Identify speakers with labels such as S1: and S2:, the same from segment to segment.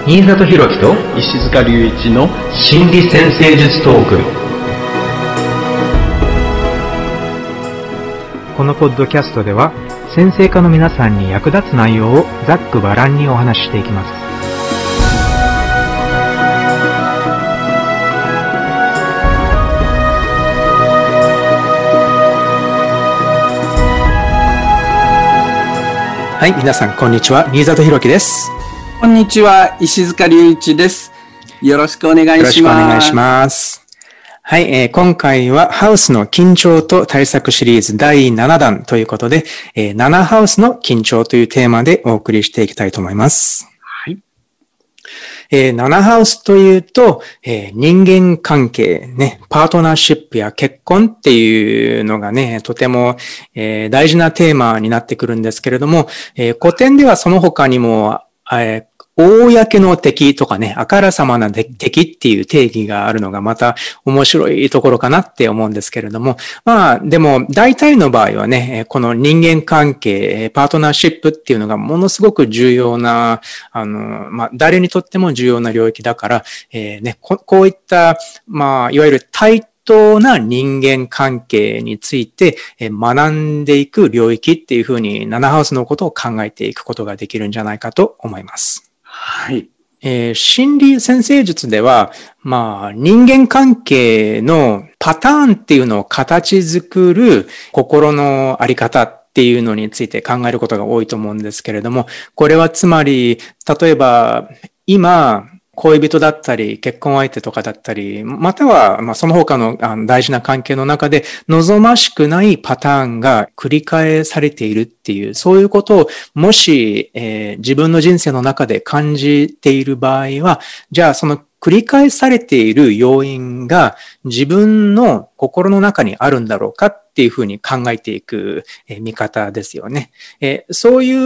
S1: 新里博樹と
S2: 石塚隆一の
S1: 心理先生術トーク。このポッドキャストでは先生科の皆さんに役立つ内容をざっくばらんにお話ししていきます。はい、皆さんこんにちは、新里博樹です。
S2: こんにちは、石塚隆一です。よろしくお願いします。
S1: よろしくお願いします。はい、今回はハウスの緊張と対策シリーズ第7弾ということで、7ハウスの緊張というテーマでお送りしていきたいと思います。
S2: はい。
S1: 7ハウスというと、人間関係ね、パートナーシップや結婚っていうのがね、とても、大事なテーマになってくるんですけれども、古典ではその他にも、公の敵とかね、あからさまな敵っていう定義があるのがまた面白いところかなって思うんですけれども、まあでも大体の場合はね、この人間関係、パートナーシップっていうのがものすごく重要な、まあ誰にとっても重要な領域だから、ね、こういった、まあいわゆる対等な人間関係について学んでいく領域っていうふうに7ハウスのことを考えていくことができるんじゃないかと思います。
S2: はい。
S1: 心理先生術では、まあ、人間関係のパターンっていうのを形作る心のあり方っていうのについて考えることが多いと思うんですけれども、これはつまり、例えば、今、恋人だったり、結婚相手とかだったり、または、まあ、その他の大事な関係の中で、望ましくないパターンが繰り返されているっていう、そういうことを、もし、自分の人生の中で感じている場合は、じゃあ、その繰り返されている要因が自分の心の中にあるんだろうかっていうふうに考えていく見方ですよね。そういう、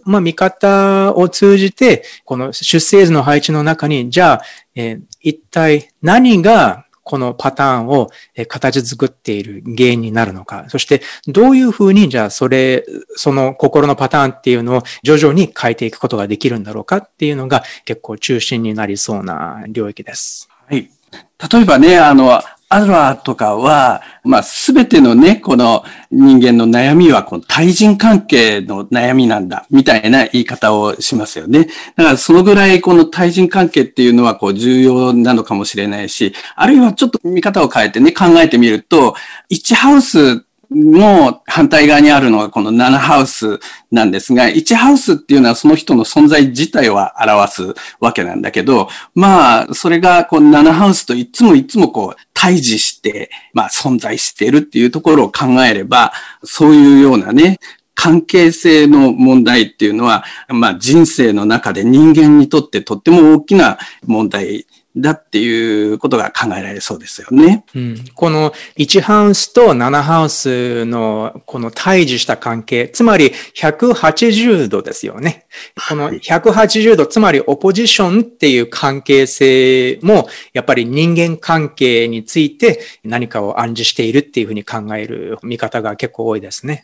S1: まあ、見方を通じて、この出生図の配置の中に、じゃあ、一体何がこのパターンを形作っている原因になるのか、そしてどういうふうにじゃあその心のパターンっていうのを徐々に変えていくことができるんだろうかっていうのが結構中心になりそうな領域です。
S2: はい。例えばね、アドラーとかは、まあ、すべてのね、この人間の悩みは、この対人関係の悩みなんだ、みたいな言い方をしますよね。だから、そのぐらい、この対人関係っていうのは、こう、重要なのかもしれないし、あるいはちょっと見方を変えてね、考えてみると、1ハウスの反対側にあるのがこの7ハウスなんですが、1ハウスっていうのはその人の存在自体を表すわけなんだけど、まあ、それがこの7ハウスといつもこう対峙して、まあ存在しているっていうところを考えれば、そういうようなね、関係性の問題っていうのは、まあ人生の中で人間にとってとっても大きな問題だっていうことが考えられそうですよね。
S1: この1ハウスと7ハウスのこの対峙した関係、つまり180度ですよね。この180度、つまりオポジションっていう関係性もやっぱり人間関係について何かを暗示しているっていうふうに考える見方が結構多いですね。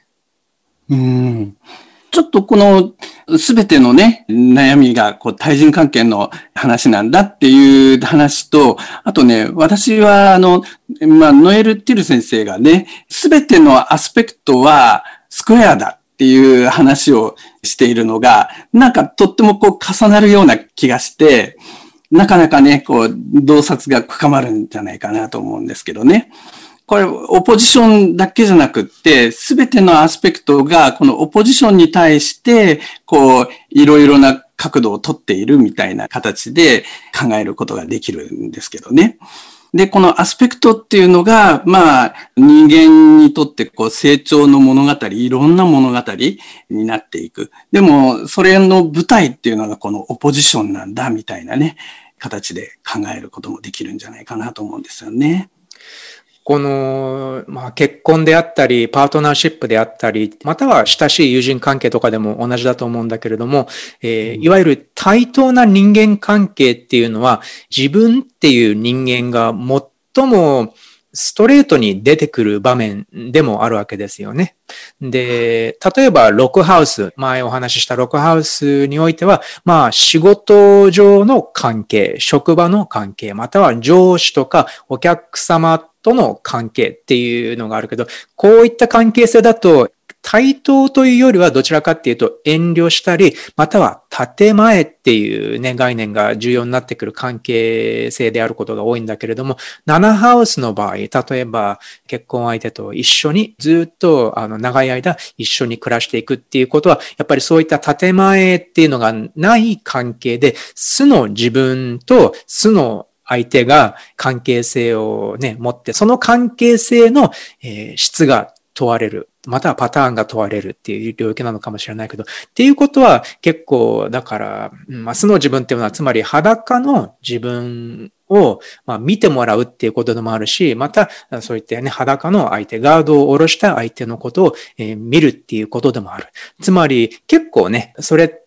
S2: ちょっとこのすべてのね、悩みがこう対人関係の話なんだっていう話と、あとね、私はまあ、ノエル・ティル先生がね、すべてのアスペクトはスクエアだっていう話をしているのが、なんかとってもこう重なるような気がして、なかなかね、こう、洞察が深まるんじゃないかなと思うんですけどね。これ、オポジションだけじゃなくって、すべてのアスペクトが、このオポジションに対して、こう、いろいろな角度をとっているみたいな形で考えることができるんですけどね。で、このアスペクトっていうのが、まあ、人間にとってこう成長の物語、いろんな物語になっていく。でも、それの舞台っていうのがこのオポジションなんだ、みたいなね、形で考えることもできるんじゃないかなと思うんですよね。
S1: この、まあ、結婚であったり、パートナーシップであったり、または親しい友人関係とかでも同じだと思うんだけれども、いわゆる対等な人間関係っていうのは、自分っていう人間が最もストレートに出てくる場面でもあるわけですよね。で、例えばロックハウス、前お話ししたロックハウスにおいては、仕事上の関係、職場の関係、または上司とかお客様との関係っていうのがあるけど、こういった関係性だと、対等というよりはどちらかっていうと遠慮したり、または建前っていうね、概念が重要になってくる関係性であることが多いんだけれども、7ハウスの場合、例えば結婚相手と一緒にずっと長い間一緒に暮らしていくっていうことは、やっぱりそういった建前っていうのがない関係で、素の自分と素の相手が関係性をね、持って、その関係性の、質が問われる。またはパターンが問われるっていう領域なのかもしれないけど、っていうことは結構、だから、素の自分っていうのは、つまり裸の自分を、見てもらうっていうことでもあるし、また、そういったね、裸の相手、ガードを下ろした相手のことを、見るっていうことでもある。つまり、結構ね、それって、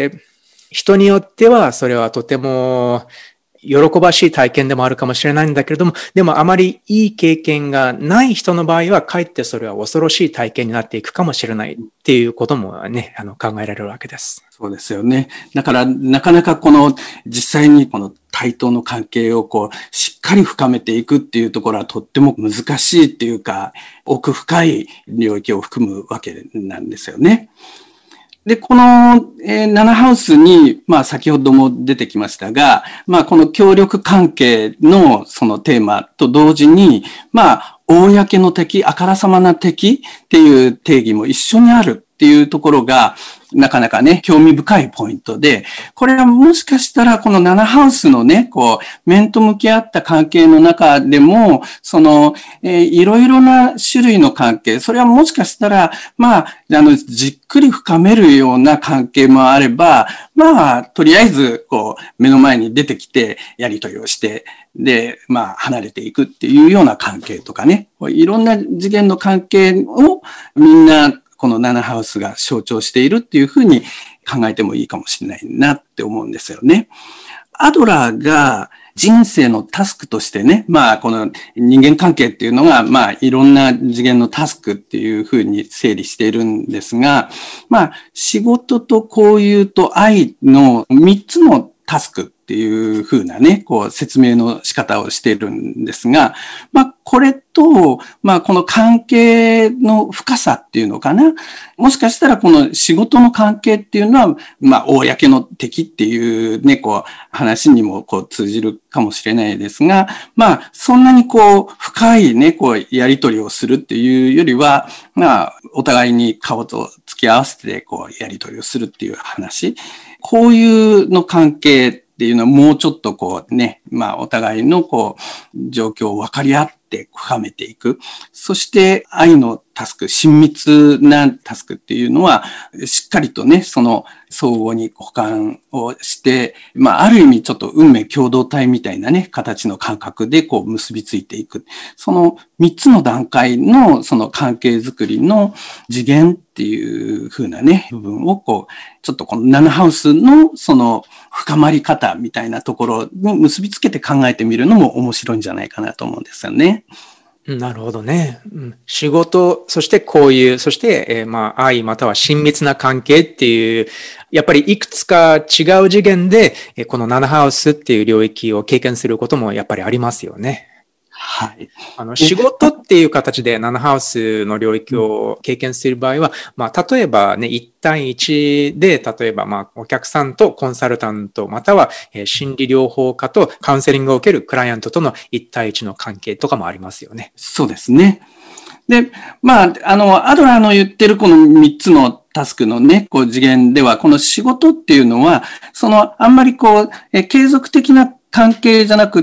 S1: 人によっては、それはとても、喜ばしい体験でもあるかもしれないんだけれども、でもあまりいい経験がない人の場合は、かえってそれは恐ろしい体験になっていくかもしれないっていうこともね、考えられるわけです。
S2: そうですよね。だから、なかなか実際にこの対等の関係をしっかり深めていくっていうところはとっても難しいっていうか、奥深い領域を含むわけなんですよね。で、この、7ハウスに、先ほども出てきましたが、この協力関係のそのテーマと同時に、公の敵、あからさまな敵っていう定義も一緒にあるっていうところが、なかなかね、興味深いポイントで、これはもしかしたらこの7ハウスのね、面と向き合った関係の中でも、いろいろな種類の関係、それはもしかしたら、じっくり深めるような関係もあれば、とりあえず、目の前に出てきて、やり取りをして、で、離れていくっていうような関係とかね、いろんな次元の関係をみんな、この7ハウスが象徴しているっていうふうに考えてもいいかもしれないなって思うんですよね。アドラーが人生のタスクとしてね、この人間関係っていうのが、いろんな次元のタスクっていうふうに整理しているんですが、仕事と交友と愛の3つのタスクっていうふうなね、説明の仕方をしているんですが、これと、この関係の深さっていうのかな。もしかしたらこの仕事の関係っていうのは、公の敵っていうね、話にも通じるかもしれないですが、そんなに深いね、やり取りをするっていうよりは、お互いに顔と付き合わせて、やり取りをするっていう話。こういうの関係っていうのはもうちょっとお互いの状況を分かり合って深めていく。そして愛のタスク、親密なタスクっていうのはしっかりとね、その相互に補完をして、ある意味ちょっと運命共同体みたいなね、形の感覚で結びついていく。その3つの段階のその関係づくりの次元っていう風なね、部分をちょっとこの7ハウスのその深まり方みたいなところに結びつけて考えてみるのも面白いんじゃないかなと思うんですよね。
S1: なるほどね。仕事、そして交友、そして、愛または親密な関係っていう、やっぱりいくつか違う次元で、この7ハウスっていう領域を経験することもやっぱりありますよね。
S2: はい。
S1: 仕事っていう形で7ハウスの領域を経験する場合は、例えばね、1対1で、例えばお客さんとコンサルタント、または心理療法家とカウンセリングを受けるクライアントとの1対1の関係とかもありますよね。
S2: そうですね。で、アドラーの言ってるこの3つのタスクのね、次元では、この仕事っていうのは、あんまり継続的な関係じゃなくって、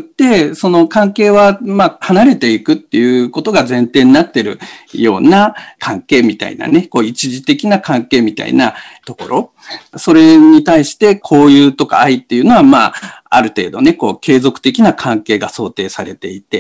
S2: その関係は、離れていくっていうことが前提になってるような関係みたいなね、一時的な関係みたいなところ。それに対して、交友とか愛っていうのは、ある程度ね、継続的な関係が想定されていて、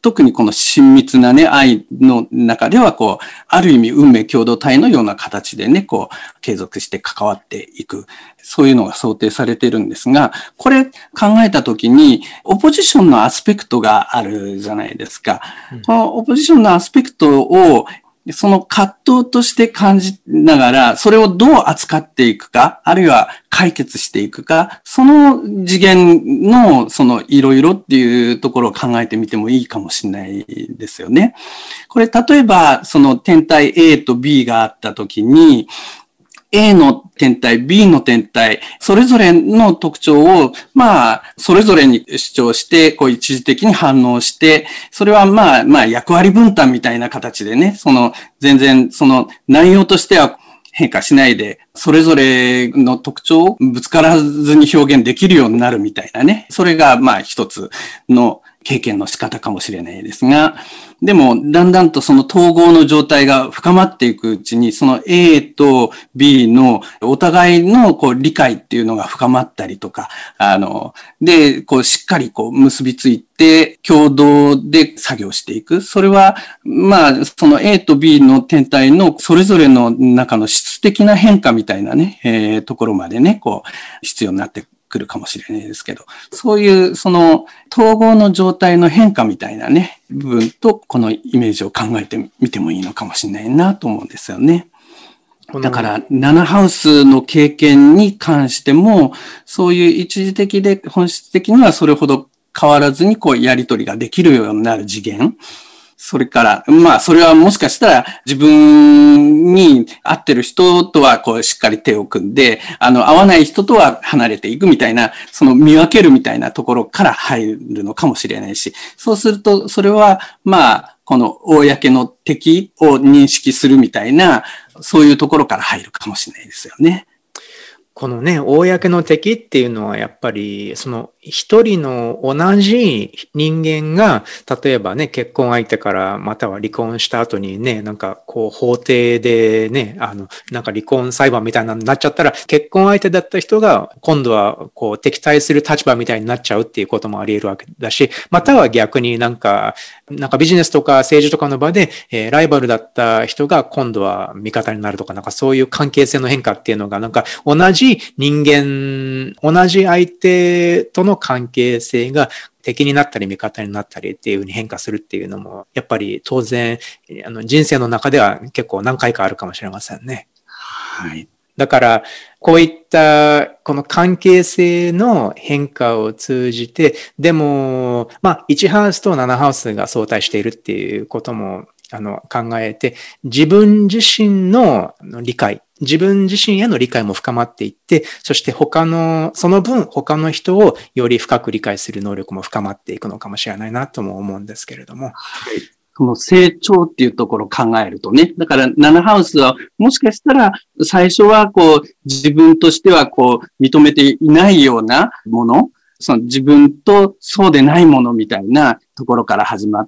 S2: 特にこの親密なね、愛の中では、ある意味運命共同体のような形でね、継続して関わっていく。そういうのが想定されているんですが、これ考えたときに、オポジションのアスペクトがあるじゃないですか。このオポジションのアスペクトを、その葛藤として感じながら、それをどう扱っていくか、あるいは解決していくか、その次元のいろいろっていうところを考えてみてもいいかもしれないですよね。これ例えば、その天体 A と B があったときに、A の天体、B の天体、それぞれの特徴を、それぞれに主張して、一時的に反応して、それは役割分担みたいな形でね、全然、内容としては変化しないで、それぞれの特徴をぶつからずに表現できるようになるみたいなね。それが、一つの経験の仕方かもしれないですが、でも、だんだんとその統合の状態が深まっていくうちに、その A と B のお互いの理解っていうのが深まったりとか、で、しっかり結びついて、共同で作業していく。それは、その A と B の天体のそれぞれの中の質的な変化みたいなね、ところまでね、必要になってくるかもしれないですけど、そういう統合の状態の変化みたいなね、部分とこのイメージを考えてみてもいいのかもしれないなと思うんですよね。だから、7ハウスの経験に関しても、そういう一時的で本質的にはそれほど変わらずにやり取りができるようになる次元。それから、それはもしかしたら自分に合ってる人とはしっかり手を組んで、合わない人とは離れていくみたいな、見分けるみたいなところから入るのかもしれないし、そうすると、それは、この公の敵を認識するみたいな、そういうところから入るかもしれないですよね。
S1: このね、公の敵っていうのはやっぱり、一人の同じ人間が、例えばね、結婚相手からまたは離婚した後にね、法廷でね、離婚裁判みたいなのになっちゃったら、結婚相手だった人が今度は敵対する立場みたいになっちゃうっていうこともあり得るわけだし、または逆にビジネスとか政治とかの場で、ライバルだった人が今度は味方になるとか、そういう関係性の変化っていうのが、同じ人間、同じ相手との関係性が敵になったり味方になったりっていう風に変化するっていうのも、やっぱり当然、人生の中では結構何回かあるかもしれませんね。
S2: はい。
S1: だから、こういったこの関係性の変化を通じて、でも、1ハウスと7ハウスが相対しているっていうことも考えて、自分自身の理解、自分自身への理解も深まっていって、そしてその分他の人をより深く理解する能力も深まっていくのかもしれないなとも思うんですけれども。はい。
S2: その成長っていうところを考えるとね。だから7ハウスはもしかしたら最初は自分としては認めていないようなもの、自分とそうでないものみたいなところから始まって、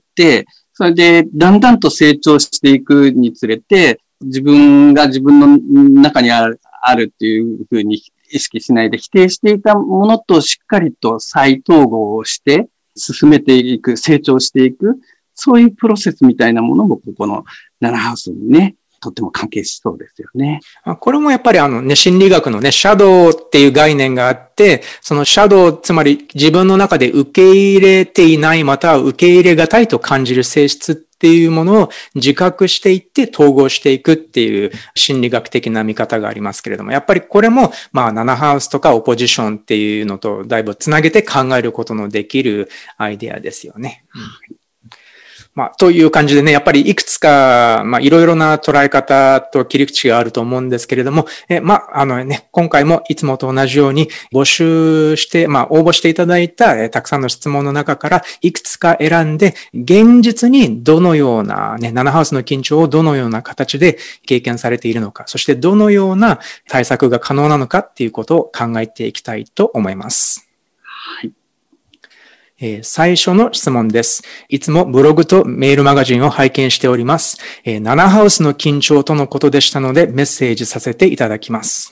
S2: それでだんだんと成長していくにつれて、自分が自分の中にあるっていうふうに意識しないで否定していたものとしっかりと再統合をして進めていく、成長していく、そういうプロセスみたいなものもここの7ハウスにね、とっても関係しそうですよね。
S1: これもやっぱり心理学のね、シャドウっていう概念があって、そのシャドウ、つまり自分の中で受け入れていない、または受け入れがたいと感じる性質っていうものを自覚していって統合していくっていう心理学的な見方がありますけれども、やっぱりこれも7ハウスとかオポジションっていうのとだいぶつなげて考えることのできるアイデアですよね。という感じでね、やっぱりいくつか、いろいろな捉え方と切り口があると思うんですけれども、今回もいつもと同じように募集して、応募していただいたたくさんの質問の中からいくつか選んで、現実にどのような7ハウスの緊張をどのような形で経験されているのか、そしてどのような対策が可能なのかっていうことを考えていきたいと思います。
S2: はい。
S1: 最初の質問です。いつもブログとメールマガジンを拝見しております。7ハウスの緊張とのことでしたのでメッセージさせていただきます。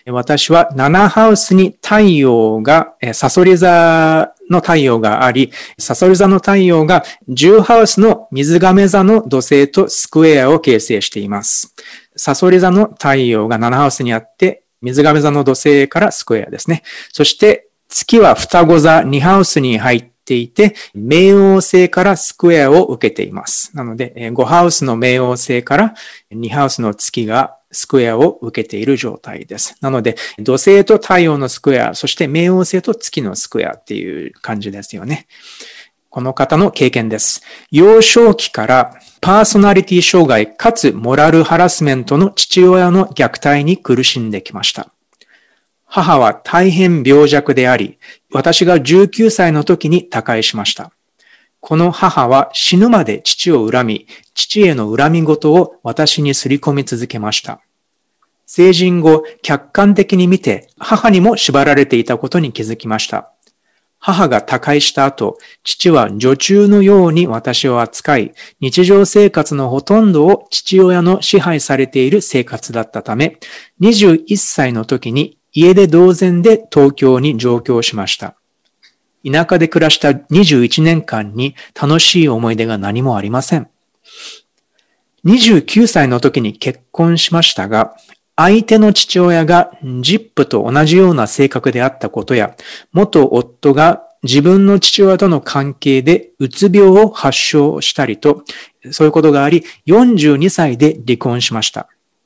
S1: 私は7ハウスに太陽が、サソリ座の太陽があり、サソリ座の太陽が10ハウスの水亀座の土星とスクエアを形成しています。サソリ座の太陽が7ハウスにあって、水亀座の土星からスクエアですね。そして月は双子座2ハウスに入っていて、冥王星からスクエアを受けています。なので、5ハウスの冥王星から2ハウスの月がスクエアを受けている状態です。なので、土星と太陽のスクエア、そして冥王星と月のスクエアっていう感じですよね。この方の経験です。幼少期からパーソナリティ障害かつモラルハラスメントの父親の虐待に苦しんできました。母は大変病弱であり、私が19歳の時に他界しました。この母は死ぬまで父を恨み、父への恨み事を私にすり込み続けました。成人後、客観的に見て母にも縛られていたことに気づきました。母が他界した後、父は女中のように私を扱い、日常生活のほとんどを父親の支配されている生活だったため、21歳の時に家出同然で東京に上京しました。田舎で暮らした21年間に楽しい思い出が何もありません。29歳の時に結婚しましたが、相手の父親がジップと同じような性格であったことや、元夫が自分の父親との関係でうつ病を発症したりと、そういうことがあり、42歳で離婚しました。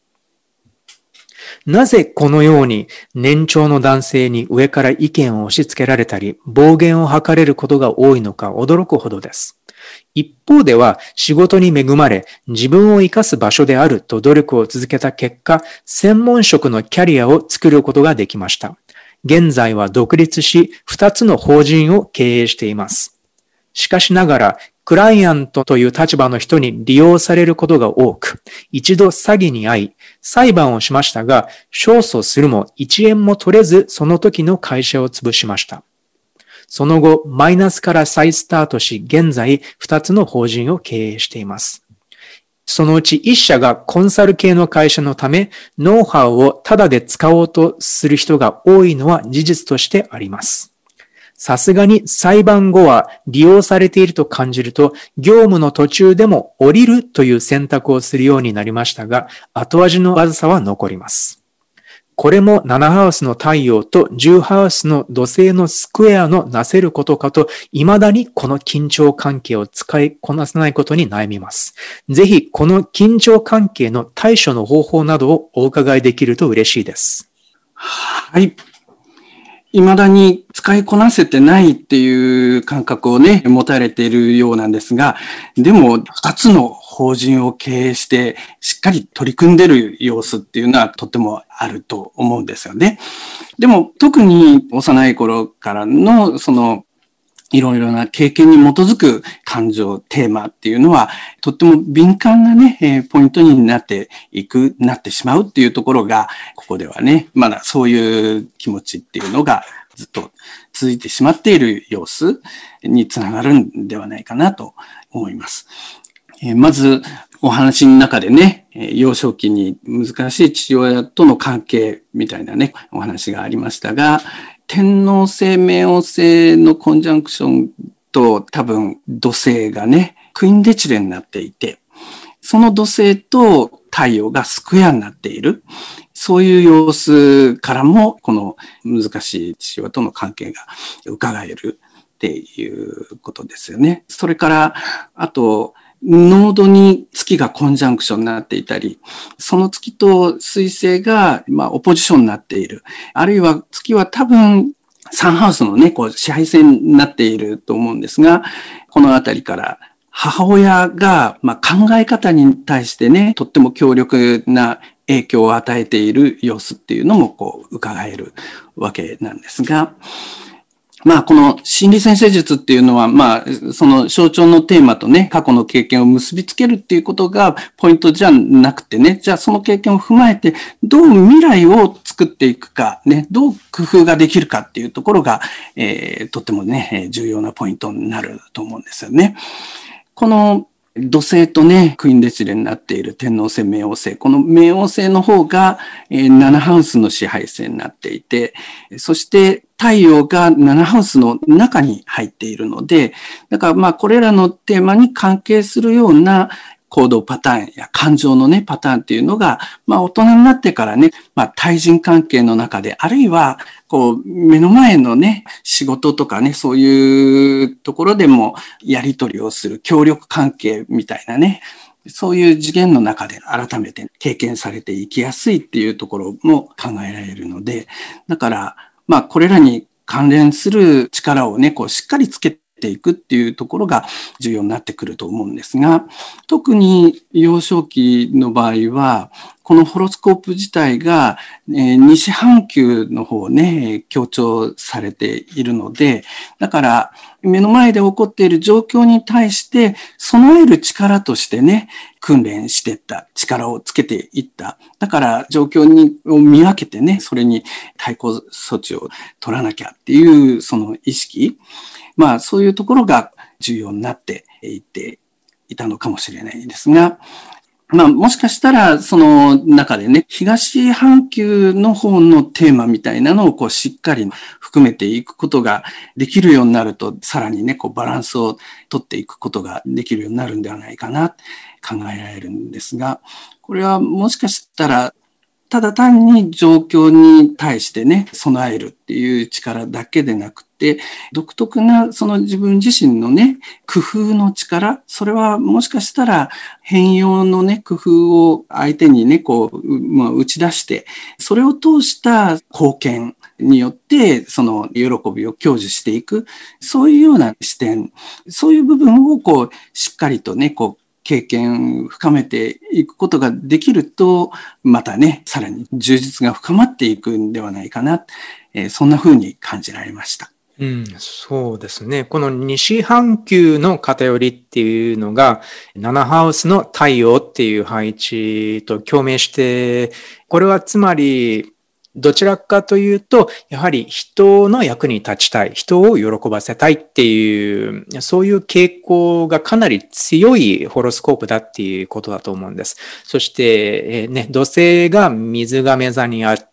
S1: なぜこのように年長の男性に上から意見を押し付けられたり、暴言を吐かれることが多いのか驚くほどです。一方では仕事に恵まれ、自分を生かす場所であると努力を続けた結果、専門職のキャリアを作ることができました。現在は独立し、2つの法人を経営しています。しかしながら、クライアントという立場の人に利用されることが多く、一度詐欺に遭い、裁判をしましたが、勝訴するも1円も取れず、その時の会社を潰しました。その後、マイナスから再スタートし、現在2つの法人を経営しています。そのうち1社がコンサル系の会社のため、ノウハウをタダで使おうとする人が多いのは事実としてあります。さすがに裁判後は利用されていると感じると、業務の途中でも降りるという選択をするようになりましたが、後味の悪さは残ります。これも7ハウスの太陽と10ハウスの土星のスクエアのなせることかと、未だにこの緊張関係を使いこなせないことに悩みます。ぜひこの緊張関係の対処の方法などをお伺いできると嬉しいです。
S2: はい。未だに使いこなせてないっていう感覚をね、持たれているようなんですが、でも2つの法人を経営してしっかり取り組んでる様子っていうのはとてもあると思うんですよね。でも特に幼い頃からのいろいろな経験に基づく感情、テーマっていうのは、とっても敏感なね、ポイントになってしまうっていうところが、ここではね、まだそういう気持ちっていうのがずっと続いてしまっている様子につながるんではないかなと思います。まず、お話の中でね、幼少期に難しい父親との関係みたいなね、お話がありましたが、天王星、冥王星のコンジャンクションと多分土星がね、クインデチレになっていて、その土星と太陽がスクエアになっている。そういう様子からも、この難しい父親との関係が伺えるっていうことですよね。それから、あと、ノードに月がコンジャンクションになっていたり、その月と水星が、オポジションになっている。あるいは月は多分、サンハウスのね、支配線になっていると思うんですが、このあたりから母親が、考え方に対してね、とっても強力な影響を与えている様子っていうのも伺えるわけなんですが、この心理先生術っていうのは、その象徴のテーマとね、過去の経験を結びつけるっていうことがポイントじゃなくてね、じゃあその経験を踏まえて、どう未来を作っていくか、ね、どう工夫ができるかっていうところが、とってもね、重要なポイントになると思うんですよね。この土星とね、クイーンデシレになっている天王星、冥王星。この冥王星の方が、7ハウスの支配星になっていて、そして太陽が7ハウスの中に入っているので、だからこれらのテーマに関係するような行動パターンや感情のね、パターンっていうのが、大人になってからね、対人関係の中で、あるいは、目の前のね、仕事とかね、そういうところでもやり取りをする協力関係みたいなね、そういう次元の中で改めて経験されていきやすいっていうところも考えられるので、だから、これらに関連する力をね、しっかりつけていくっていうところが重要になってくると思うんですが、特に幼少期の場合は、このホロスコープ自体が、西半球の方ね、強調されているので、だから目の前で起こっている状況に対して備える力としてね、訓練していった、力をつけていった。だから状況を見分けてね、それに対抗措置を取らなきゃっていうその意識、そういうところが重要になっていっていたのかもしれないですが、もしかしたら、その中でね、東半球の方のテーマみたいなのをしっかり含めていくことができるようになると、さらにね、バランスを取っていくことができるようになるんではないかな、考えられるんですが、これはもしかしたら、ただ単に状況に対してね、備えるっていう力だけでなくて、独特なその自分自身のね、工夫の力、それはもしかしたら変容のね、工夫を相手にね、打ち出して、それを通した貢献によって、その喜びを享受していく、そういうような視点、そういう部分をしっかりとね、経験を深めていくことができると、またね、さらに充実が深まっていくんではないかな。そんな風に感じられました。
S1: そうですね。この西半球の偏りっていうのが、7ハウスの太陽っていう配置と共鳴して、これはつまり、どちらかというと、やはり人の役に立ちたい、人を喜ばせたいっていう、そういう傾向がかなり強いホロスコープだっていうことだと思うんです。そして、土星が水亀座にあって、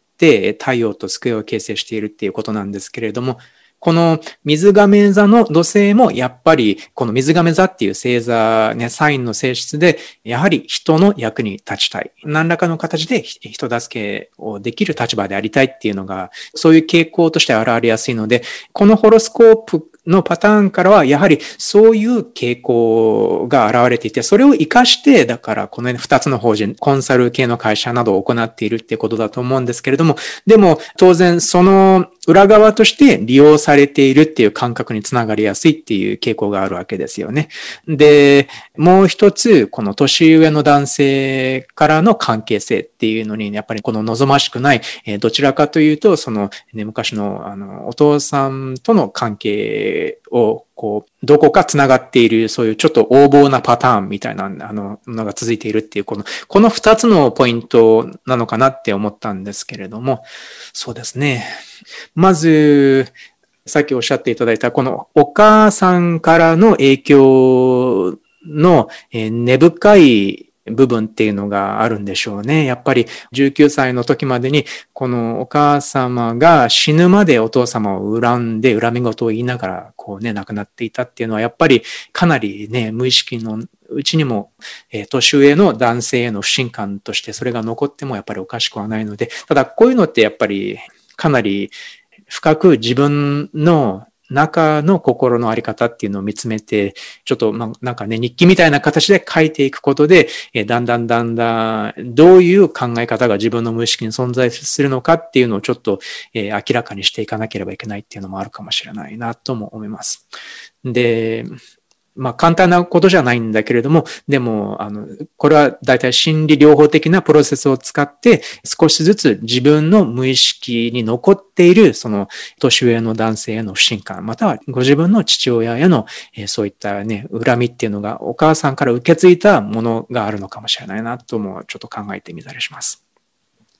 S1: 太陽と机を形成しているっていうことなんですけれども、この水亀座の土星もやっぱりこの水亀座っていう星座ね、サインの性質でやはり人の役に立ちたい。何らかの形で人助けをできる立場でありたいっていうのがそういう傾向として現れやすいので、このホロスコープのパターンからはやはりそういう傾向が現れていて、それを活かして、だからこの2つの法人、コンサル系の会社などを行っているっていうことだと思うんですけれども、でも当然その裏側として利用されているっていう感覚につながりやすいっていう傾向があるわけですよね。で、もう一つ、この年上の男性からの関係性っていうのに、やっぱりこの望ましくない、どちらかというと、その、昔のお父さんとの関係をどこか繋がっている、そういうちょっと横暴なパターンみたいなのが続いているっていう、この二つのポイントなのかなって思ったんですけれども、そうですね。まず、さっきおっしゃっていただいた、このお母さんからの影響の根深い部分っていうのがあるんでしょうね。やっぱり19歳の時までにこのお母様が死ぬまでお父様を恨んで恨み事を言いながら亡くなっていたっていうのはやっぱりかなりね、無意識のうちにも年上の男性への不信感としてそれが残ってもやっぱりおかしくはないので、ただこういうのってやっぱりかなり深く自分の中の心のあり方っていうのを見つめて、ちょっとなんかね、日記みたいな形で書いていくことで、だんだんどういう考え方が自分の無意識に存在するのかっていうのをちょっと明らかにしていかなければいけないっていうのもあるかもしれないなとも思います。で、簡単なことじゃないんだけれども、でも、これは大体心理療法的なプロセスを使って、少しずつ自分の無意識に残っている、その、年上の男性への不信感、またはご自分の父親への、そういったね、恨みっていうのが、お母さんから受け継いだものがあるのかもしれないな、とも、ちょっと考えてみたりします。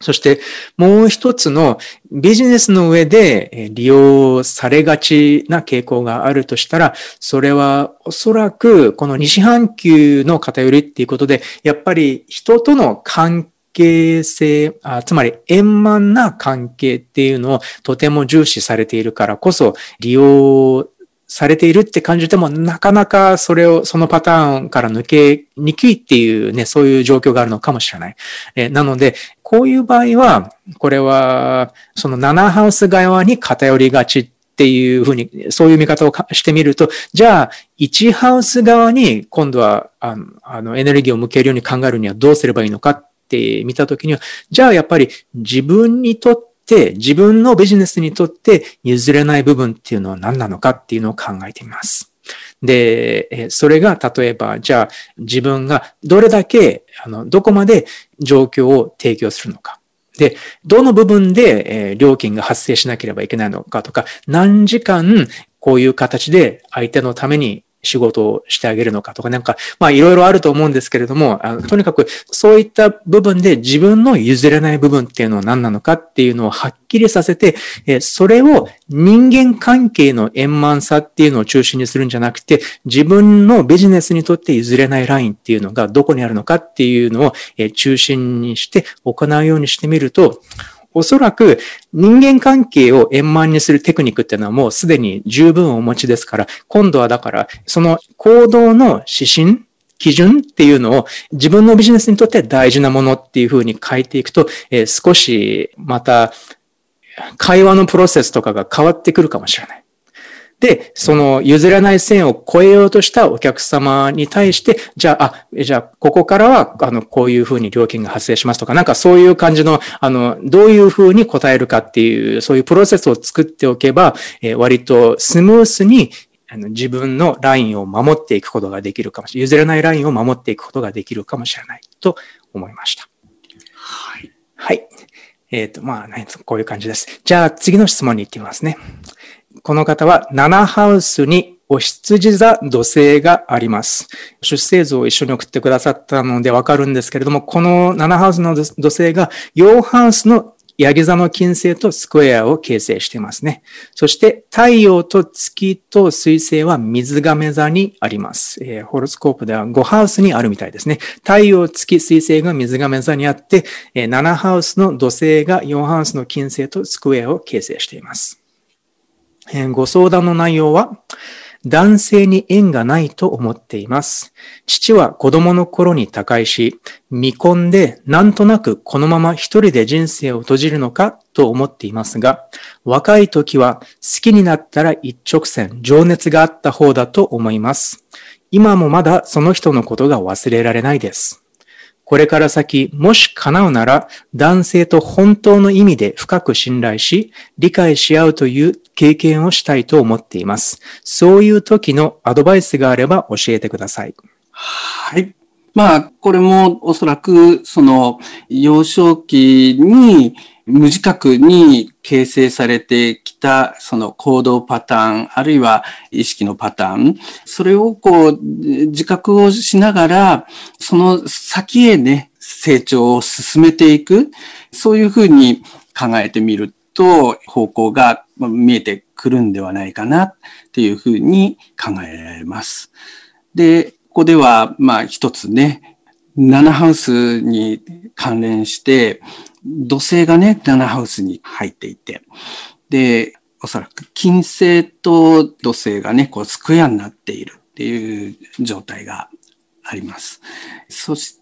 S1: そしてもう一つのビジネスの上で利用されがちな傾向があるとしたら、それはおそらくこの西半球の偏りっていうことで、やっぱり人との関係性、つまり円満な関係っていうのをとても重視されているからこそ、利用されているって感じても、なかなかそのパターンから抜けにくいっていうね、そういう状況があるのかもしれない。なので、こういう場合は、これは、その7ハウス側に偏りがちっていうふうに、そういう見方をしてみると、じゃあ、1ハウス側に今度は、エネルギーを向けるように考えるにはどうすればいいのかって見たときには、じゃあやっぱり自分にとって自分のビジネスにとって譲れない部分っていうのは何なのかっていうのを考えてみます。で、それが例えば、じゃあ自分がどれだけ、どこまで状況を提供するのか。で、どの部分で料金が発生しなければいけないのかとか、何時間こういう形で相手のために仕事をしてあげるのかとか、なんか、いろいろあると思うんですけれども、とにかくそういった部分で自分の譲れない部分っていうのは何なのかっていうのをはっきりさせて、それを人間関係の円満さっていうのを中心にするんじゃなくて、自分のビジネスにとって譲れないラインっていうのがどこにあるのかっていうのを中心にして行うようにしてみると、おそらく人間関係を円満にするテクニックっていうのはもうすでに十分お持ちですから、今度はだからその行動の指針、基準っていうのを自分のビジネスにとって大事なものっていうふうに変えていくと、少しまた会話のプロセスとかが変わってくるかもしれない。で、その譲れない線を越えようとしたお客様に対して、じゃあ、ここからは、こういうふうに料金が発生しますとか、なんかそういう感じの、どういうふうに答えるかっていう、そういうプロセスを作っておけば、割とスムースに、自分のラインを守っていくことができるかもしれない。譲れないラインを守っていくことができるかもしれないと思いました。
S2: はい。
S1: はい。こういう感じです。じゃあ、次の質問に行ってみますね。この方は7ハウスにお羊座土星があります。出生図を一緒に送ってくださったのでわかるんですけれども、この7ハウスの土星が4ハウスのヤギ座の金星とスクエアを形成していますね。そして太陽と月と水星は水亀座にあります。ホロスコープでは5ハウスにあるみたいですね。太陽、月、水星が水亀座にあって、7ハウスの土星が4ハウスの金星とスクエアを形成しています。ご相談の内容は、男性に縁がないと思っています。父は子供の頃に他界し、未婚でなんとなくこのまま一人で人生を閉じるのかと思っていますが、若い時は好きになったら一直線、情熱があった方だと思います。今もまだその人のことが忘れられないです。これから先、もし叶うなら、男性と本当の意味で深く信頼し、理解し合うという経験をしたいと思っています。そういう時のアドバイスがあれば教えてください。
S2: はい。これもおそらく、幼少期に無自覚に形成されてきた、行動パターン、あるいは意識のパターン、それを自覚をしながら、その先へね、成長を進めていく、そういうふうに考えてみると、方向が見えてくるんではないかな、っていうふうに考えられます。で、ここでは、一つね、7ハウスに関連して、土星がね、7ハウスに入っていて、で、おそらく金星と土星がね、スクエアになっているっていう状態があります。そして、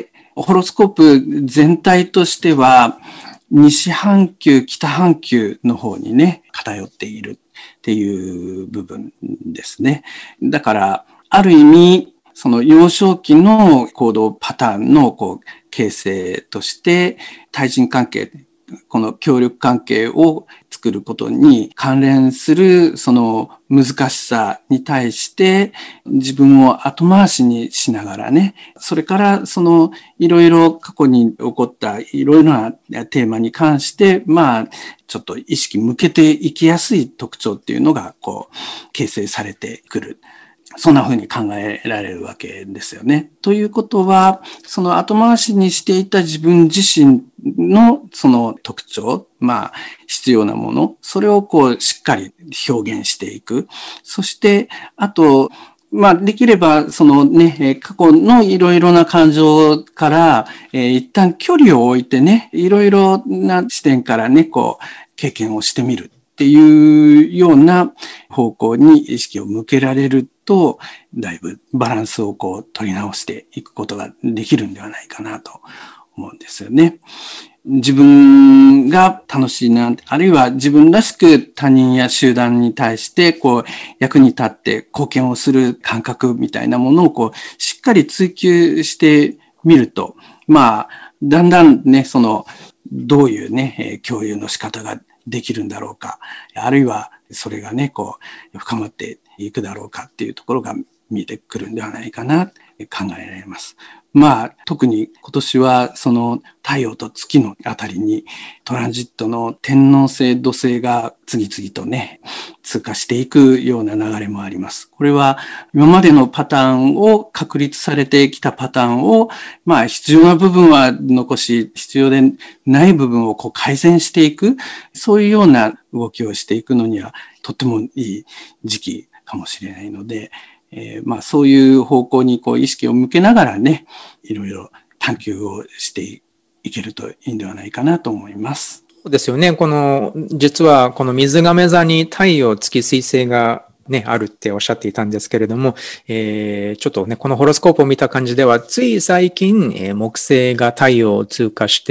S2: ホロスコープ全体としては、西半球、北半球の方にね、偏っているっていう部分ですね。だから、ある意味、その幼少期の行動パターンの形成として、対人関係、この協力関係を作ることに関連するその難しさに対して自分を後回しにしながらね、それからいろいろ過去に起こったいろいろなテーマに関して、ちょっと意識向けていきやすい特徴っていうのが形成されてくる。 そんな風に考えられるわけですよね。ということは、その後回しにしていた自分自身のその特徴、必要なもの、それをしっかり表現していく。そして、あと、できれば、そのね、過去のいろいろな感情から、一旦距離を置いてね、いろいろな視点からね、経験をしてみるっていうような方向に意識を向けられると、だいぶバランスを取り直していくことができるんではないかなと思うんですよね。自分が楽しいな、あるいは自分らしく他人や集団に対して役に立って貢献をする感覚みたいなものをしっかり追求してみると、だんだんね、どういうね、共有の仕方ができるんだろうか、あるいはそれがね、深まっていくだろうかっていうところが見えてくるんではないかな、考えられます。特に今年はその太陽と月のあたりにトランジットの天王星土星が次々とね、通過していくような流れもあります。これは今までのパターンを確立されてきたパターンを、必要な部分は残し、必要でない部分を改善していく、そういうような動きをしていくのにはとってもいい時期かもしれないので、そういう方向に意識を向けながらね、いろいろ探求をしていけるといいんではないかなと思います。
S1: そうですよね。実はこの水亀座に太陽、月、水星がね、あるっておっしゃっていたんですけれども、ちょっとね、このホロスコープを見た感じでは、つい最近、木星が太陽を通過して、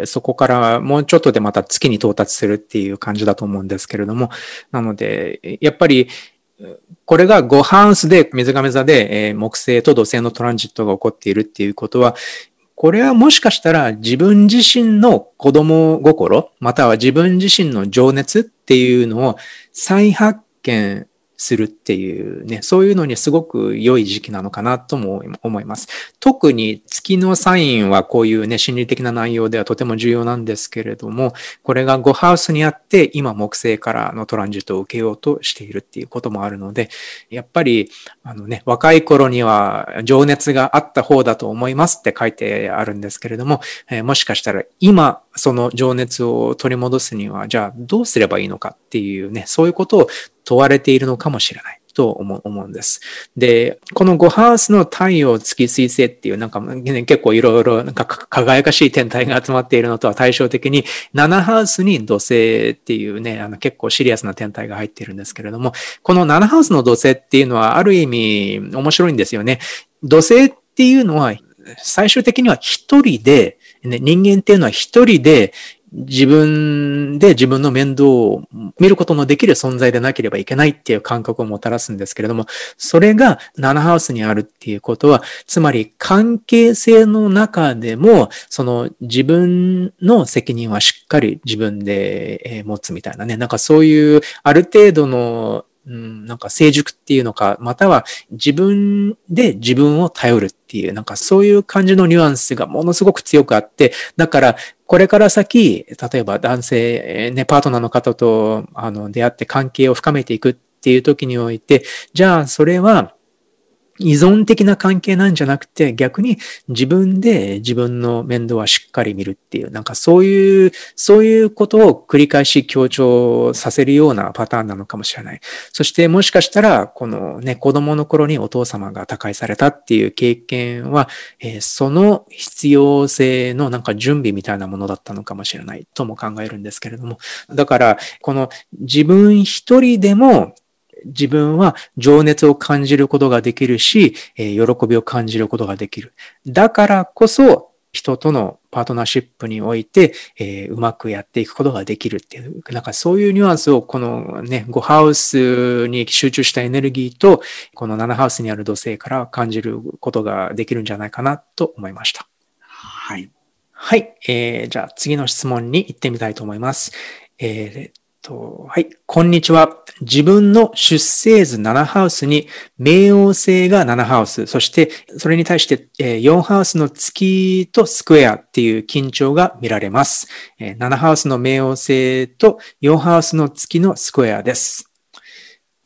S1: そこからもうちょっとでまた月に到達するっていう感じだと思うんですけれども、なので、やっぱり、これが5ハウスで、水亀座で、木星と土星のトランジットが起こっているっていうことは、これはもしかしたら自分自身の子供心、または自分自身の情熱っていうのを再発見するっていうね、そういうのにすごく良い時期なのかなとも思います。特に月のサインはこういうね、心理的な内容ではとても重要なんですけれども、これが5ハウスにあって今木星からのトランジットを受けようとしているっていうこともあるので、やっぱり若い頃には情熱があった方だと思いますって書いてあるんですけれども、もしかしたら今その情熱を取り戻すには、じゃあどうすればいいのかっていうね、そういうことを問われているのかもしれないと思うんです。で、この5ハウスの太陽、月、水星っていう結構いろいろ輝かしい天体が集まっているのとは対照的に、7ハウスに土星っていうね、結構シリアスな天体が入っているんですけれども、この7ハウスの土星っていうのはある意味面白いんですよね。土星っていうのは最終的には一人で、人間っていうのは一人で自分の面倒を見ることのできる存在でなければいけないっていう感覚をもたらすんですけれども、それが7ハウスにあるっていうことは、つまり関係性の中でも、その自分の責任はしっかり自分で持つみたいなね、そういうある程度の成熟っていうのか、または自分で自分を頼るっていう、そういう感じのニュアンスがものすごく強くあって、だから、これから先、例えば男性、ね、パートナーの方と出会って関係を深めていくっていう時において、じゃあそれは、依存的な関係なんじゃなくて、逆に自分で自分の面倒はしっかり見るっていう、そういうことを繰り返し強調させるようなパターンなのかもしれない。そしてもしかしたら、このね、子供の頃にお父様が他界されたっていう経験は、その必要性の準備みたいなものだったのかもしれないとも考えるんですけれども。だから、この自分一人でも、自分は情熱を感じることができるし、喜びを感じることができる。だからこそ、人とのパートナーシップにおいて、うまくやっていくことができるっていう、そういうニュアンスをこのね、5ハウスに集中したエネルギーと、この7ハウスにある土星から感じることができるんじゃないかなと思いました。
S2: はい。
S1: はい。じゃあ次の質問に行ってみたいと思います。はい。こんにちは。自分の出生図7ハウスに冥王星が7ハウス、そしてそれに対して4ハウスの月とスクエアっていう緊張が見られます。7ハウスの冥王星と4ハウスの月のスクエアです。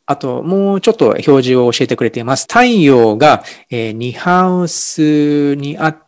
S1: あと、もうちょっと表示を教えてくれています。太陽が2ハウスにあって、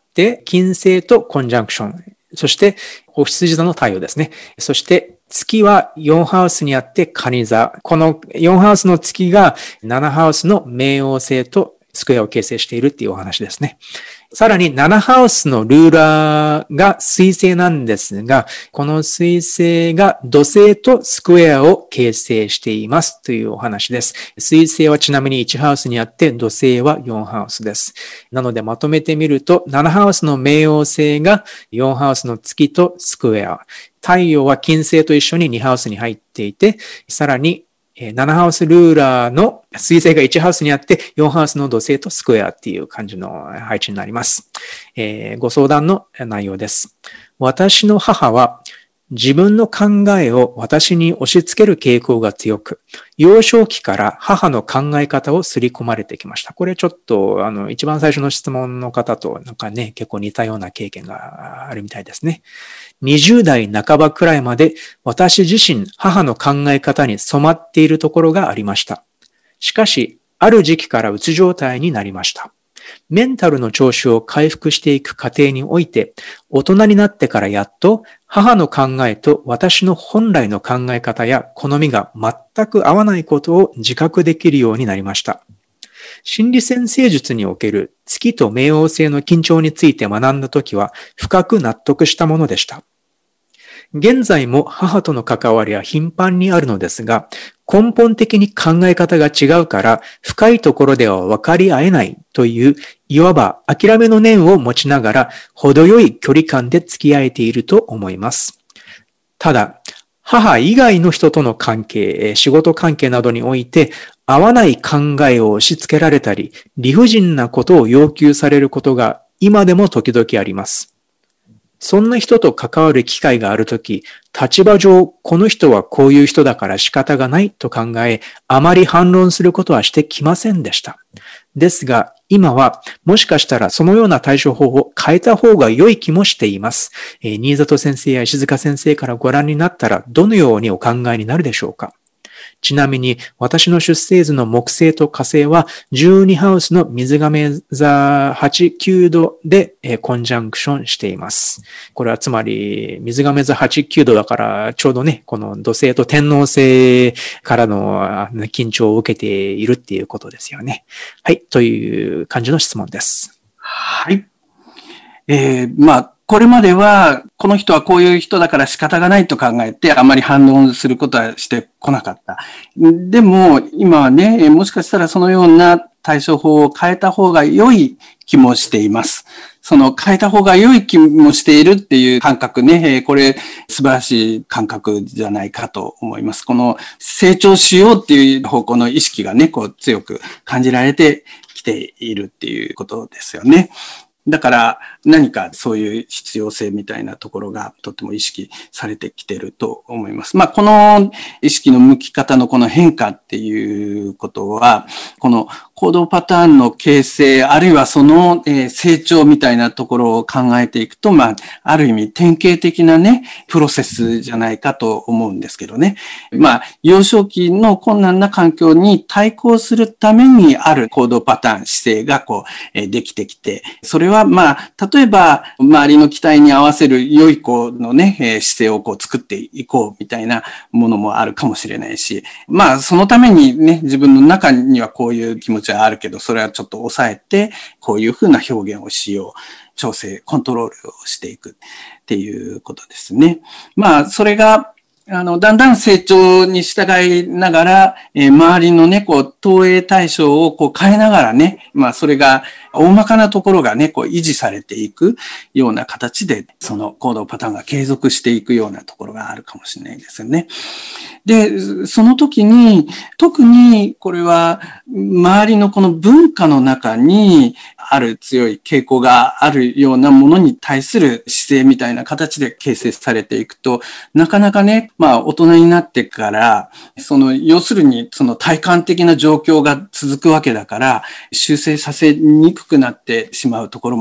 S1: 金星とコンジャンクション。そして、お羊座の太陽ですね。そして、月は4ハウスにあって、蟹座。この4ハウスの月が7ハウスの冥王星とスクエアを形成しているっていうお話ですね。さらに7ハウスのルーラーが水星なんですが、この水星が土星とスクエアを形成していますというお話です。水星はちなみに1ハウスにあって、土星は4ハウスです。なのでまとめてみると、7ハウスの冥王星が4ハウスの月とスクエア。太陽は金星と一緒に2ハウスに入っていて、さらに7ハウスルーラーの水星が1ハウスにあって4ハウスの土星とスクエアっていう感じの配置になります。ご相談の内容です。私の母は自分の考えを私に押し付ける傾向が強く、幼少期から母の考え方を刷り込まれてきました。これちょっと一番最初の質問の方となんかね、結構似たような経験があるみたいですね。20代半ばくらいまで私自身母の考え方に染まっているところがありました。しかし、ある時期からうつ状態になりました。メンタルの調子を回復していく過程において、大人になってからやっと母の考えと私の本来の考え方や好みが全く合わないことを自覚できるようになりました。心理占星術における月と冥王星の緊張について学んだときは深く納得したものでした。現在も母との関わりは頻繁にあるのですが、根本的に考え方が違うから深いところでは分かり合えないという、いわば諦めの念を持ちながら程よい距離感で付き合えていると思います。ただ、母以外の人との関係、仕事関係などにおいて合わない考えを押し付けられたり、理不尽なことを要求されることが今でも時々あります。そんな人と関わる機会があるとき、立場上、この人はこういう人だから仕方がないと考え、あまり反論することはしてきませんでした。ですが、今はもしかしたらそのような対処法を変えた方が良い気もしています。新里先生や石塚先生からご覧になったらどのようにお考えになるでしょうか。ちなみに私の出生図の木星と火星は12ハウスの水亀座8、9度でコンジャンクションしています。これはつまり水亀座8、9度だからちょうどね、この土星と天王星からの緊張を受けているっていうことですよね。はい、という感じの質問です。
S2: はい。これまでは、この人はこういう人だから仕方がないと考えて、あまり反論することはしてこなかった。でも、今はね、もしかしたらそのような対処法を変えた方が良い気もしています。その変えた方が良い気もしているっていう感覚ね、これ素晴らしい感覚じゃないかと思います。この成長しようっていう方向の意識がね、こう強く感じられてきているっていうことですよね。だから何かそういう必要性みたいなところがとても意識されてきていると思います。この意識の向き方のこの変化っていうことは、この行動パターンの形成、あるいはその成長みたいなところを考えていくと、ある意味典型的なね、プロセスじゃないかと思うんですけどね。幼少期の困難な環境に対抗するためにある行動パターン、姿勢ができてきて、それは例えば周りの期待に合わせる良い子のね、姿勢を作っていこうみたいなものもあるかもしれないし、そのためにね、自分の中にはこういう気持ちはあるけど、それはちょっと抑えて、こういうふうな表現をしよう。調整、コントロールをしていくっていうことですね。それが、だんだん成長に従いながら、周りのね、投影対象を変えながらね、それが大まかなところがね、維持されていくような形で、その行動パターンが継続していくようなところがあるかもしれないですよね。で、その時に、特にこれは、周りのこの文化の中にある強い傾向があるようなものに対する姿勢みたいな形で形成されていくと、なかなかね、大人になってから、要するにその体感的な状況が続くわけだから、修正させにくくなってしまうところも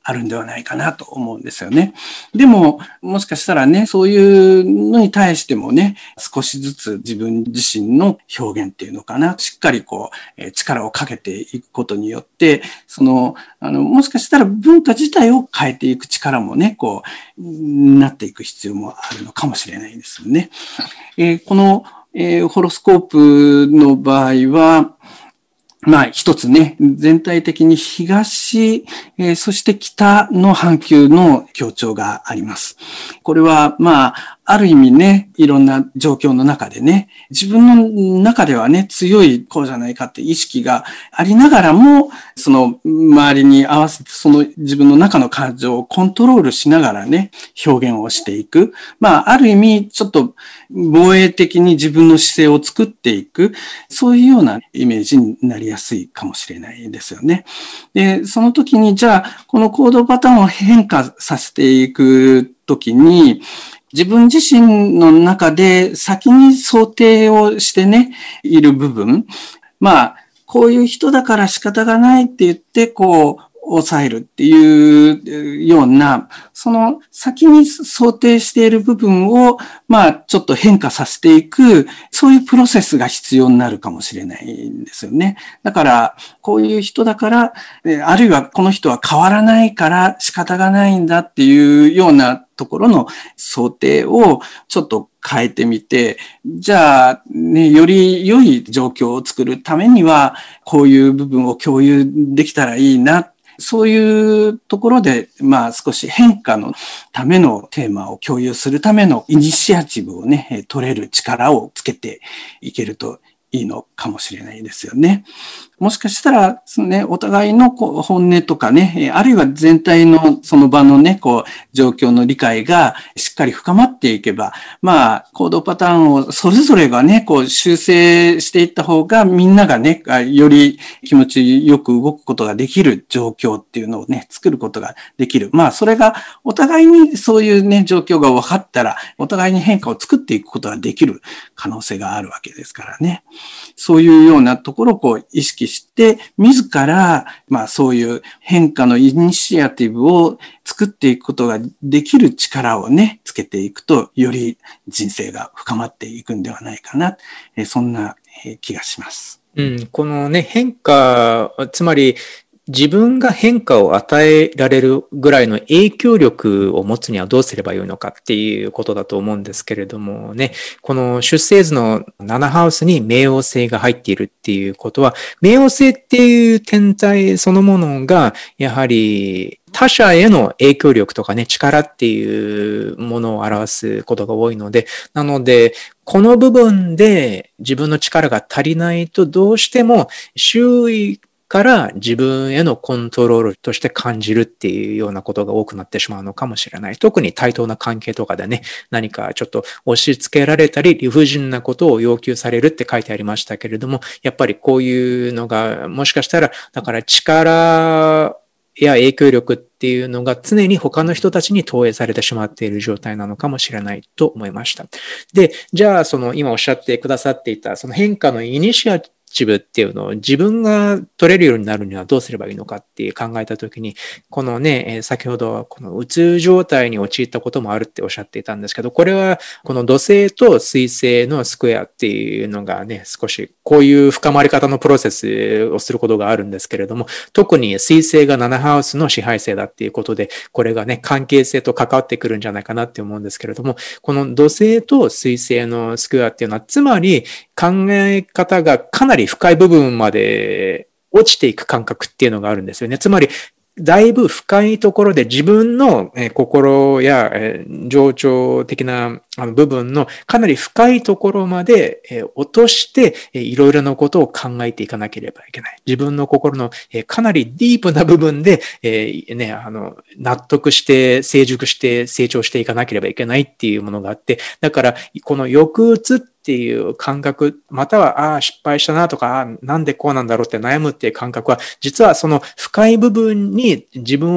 S2: あるんではないかなと思うんですよね。でも、もしかしたらね、そういうのに対してもね、少しずつ自分自身の表現っていうのかな、しっかり力をかけていくことによって、もしかしたら文化自体を変えていく力もね、なっていく必要もあるのかもしれないですよね。この、ホロスコープの場合は、一つね、全体的に東、そして北の半球の強調があります。これは、ある意味ね、いろんな状況の中でね、自分の中ではね、強いこうじゃないかって意識がありながらも、その周りに合わせて、その自分の中の感情をコントロールしながらね、表現をしていく。ある意味、ちょっと防衛的に自分の姿勢を作っていく、そういうようなイメージになりやすいかもしれないですよね。で、その時に、じゃあ、この行動パターンを変化させていく時に、自分自身の中で先に想定をしてね、いる部分。こういう人だから仕方がないって言って、抑えるっていうような、その先に想定している部分を、ちょっと変化させていく、そういうプロセスが必要になるかもしれないんですよね。だから、こういう人だから、あるいはこの人は変わらないから仕方がないんだっていうようなところの想定をちょっと変えてみて、じゃあ、ね、より良い状況を作るためには、こういう部分を共有できたらいいな。そういうところで、少し変化のためのテーマを共有するためのイニシアチブをね、取れる力をつけていけるといいのかもしれないですよね。もしかしたら、ね、お互いの本音とかね、あるいは全体のその場のね、状況の理解がしっかり深まっていけば、行動パターンをそれぞれがね、修正していった方がみんながね、より気持ちよく動くことができる状況っていうのをね、作ることができる。それがお互いにそういうね、状況が分かったら、お互いに変化を作っていくことができる可能性があるわけですからね。そういうようなところを意識して、自ら、そういう変化のイニシアティブを作っていくことができる力をね、つけていくと、より人生が深まっていくんではないかな。そんな気がします。
S1: このね、変化、つまり、自分が変化を与えられるぐらいの影響力を持つにはどうすればよいのかっていうことだと思うんですけれどもね、この出生図の7ハウスに冥王星が入っているっていうことは、冥王星っていう天体そのものが、やはり他者への影響力とかね、力っていうものを表すことが多いので、なので、この部分で自分の力が足りないとどうしても周囲から自分へのコントロールとして感じるっていうようなことが多くなってしまうのかもしれない。特に対等な関係とかでね、何かちょっと押し付けられたり理不尽なことを要求されるって書いてありましたけれども、やっぱりこういうのがもしかしたら、だから力や影響力っていうのが常に他の人たちに投影されてしまっている状態なのかもしれないと思いました。で、じゃあ今おっしゃってくださっていたその変化のイニシアチブっていうのを自分が取れるようになるにはどうすればいいのかって考えたときに、このね、先ほどこのうつ状態に陥ったこともあるっておっしゃっていたんですけど、これはこの土星と水星のスクエアっていうのがね、少しこういう深まり方のプロセスをすることがあるんですけれども、特に水星が7ハウスの支配星だっていうことで、これがね、関係性と関わってくるんじゃないかなって思うんですけれども、この土星と水星のスクエアっていうのは、つまり考え方がかなり深い部分まで落ちていく感覚っていうのがあるんですよね。つまり、だいぶ深いところで自分の心や情緒的な部分のかなり深いところまで落としていろいろなことを考えていかなければいけない。自分の心のかなりディープな部分で納得して成熟して成長していかなければいけないっていうものがあって、だからこの抑うつっていう感覚、または、失敗したなとか、なんでこうなんだろうって悩むっていう感覚は、実はその深い部分に自分を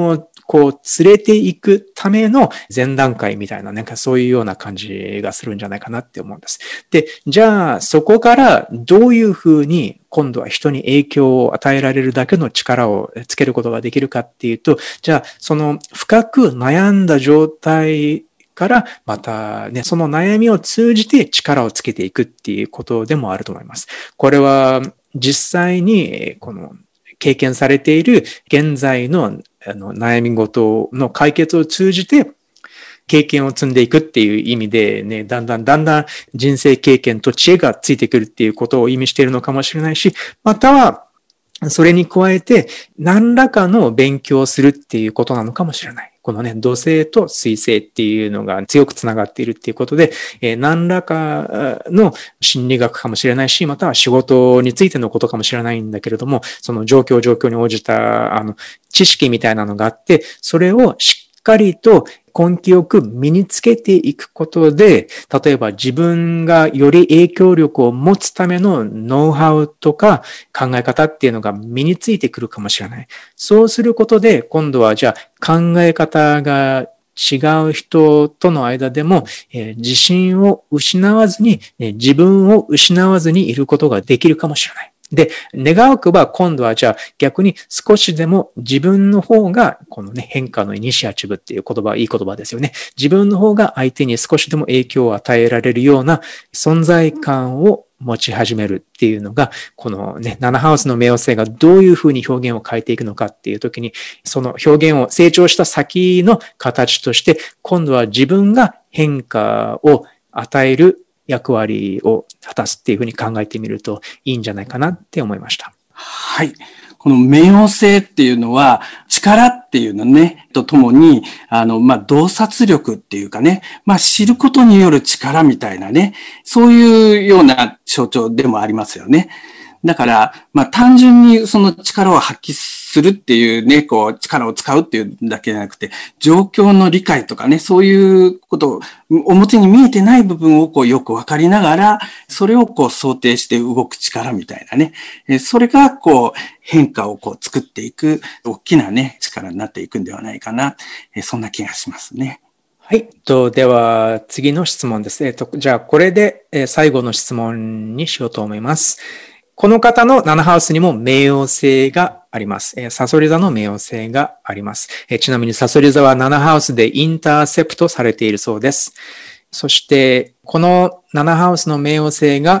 S1: こう連れていくための前段階みたいな、なんかそういうような感じがするんじゃないかなって思うんです。で、じゃあそこからどういうふうに今度は人に影響を与えられるだけの力をつけることができるかっていうと、じゃあその深く悩んだ状態からまたね、その悩みを通じて力をつけていくっていうことでもあると思います。これは実際にこの経験されている現在の悩み事の解決を通じて経験を積んでいくっていう意味でね、だんだん人生経験と知恵がついてくるっていうことを意味しているのかもしれないし、またはそれに加えて何らかの勉強をするっていうことなのかもしれない。このね、土星と水星っていうのが強くつながっているっていうことで、何らかの心理学かもしれないし、または仕事についてのことかもしれないんだけれども、その状況に応じた知識みたいなのがあって、それをしっかりと根気よく身につけていくことで、例えば自分がより影響力を持つためのノウハウとか考え方っていうのが身についてくるかもしれない。そうすることで、今度はじゃあ考え方が違う人との間でも、自信を失わずに、自分を失わずにいることができるかもしれない。で、願わくば今度はじゃあ逆に少しでも自分の方がこのね変化のイニシアチブっていう言葉、いい言葉ですよね。自分の方が相手に少しでも影響を与えられるような存在感を持ち始めるっていうのが、このね、7ハウスの冥王星がどういうふうに表現を変えていくのかっていう時に、その表現を成長した先の形として、今度は自分が変化を与える役割を果たすっていうふうに考えてみるといいんじゃないかなって思いました。
S2: はい。この冥王星っていうのは、力っていうのね、とともに、洞察力っていうかね、知ることによる力みたいなね、そういうような象徴でもありますよね。だから、単純にその力を発揮するっていうね、力を使うっていうだけじゃなくて、状況の理解とかね、そういうことを、表に見えてない部分をよくわかりながら、それを想定して動く力みたいなね、それが変化を作っていく、大きなね、力になっていくんではないかな、そんな気がしますね。
S1: はい。では、次の質問です。じゃあ、これで最後の質問にしようと思います。この方の7ハウスにも冥王星があります。サソリ座の冥王星があります。ちなみにサソリ座は7ハウスでインターセプトされているそうです。そして、この7ハウスの冥王星が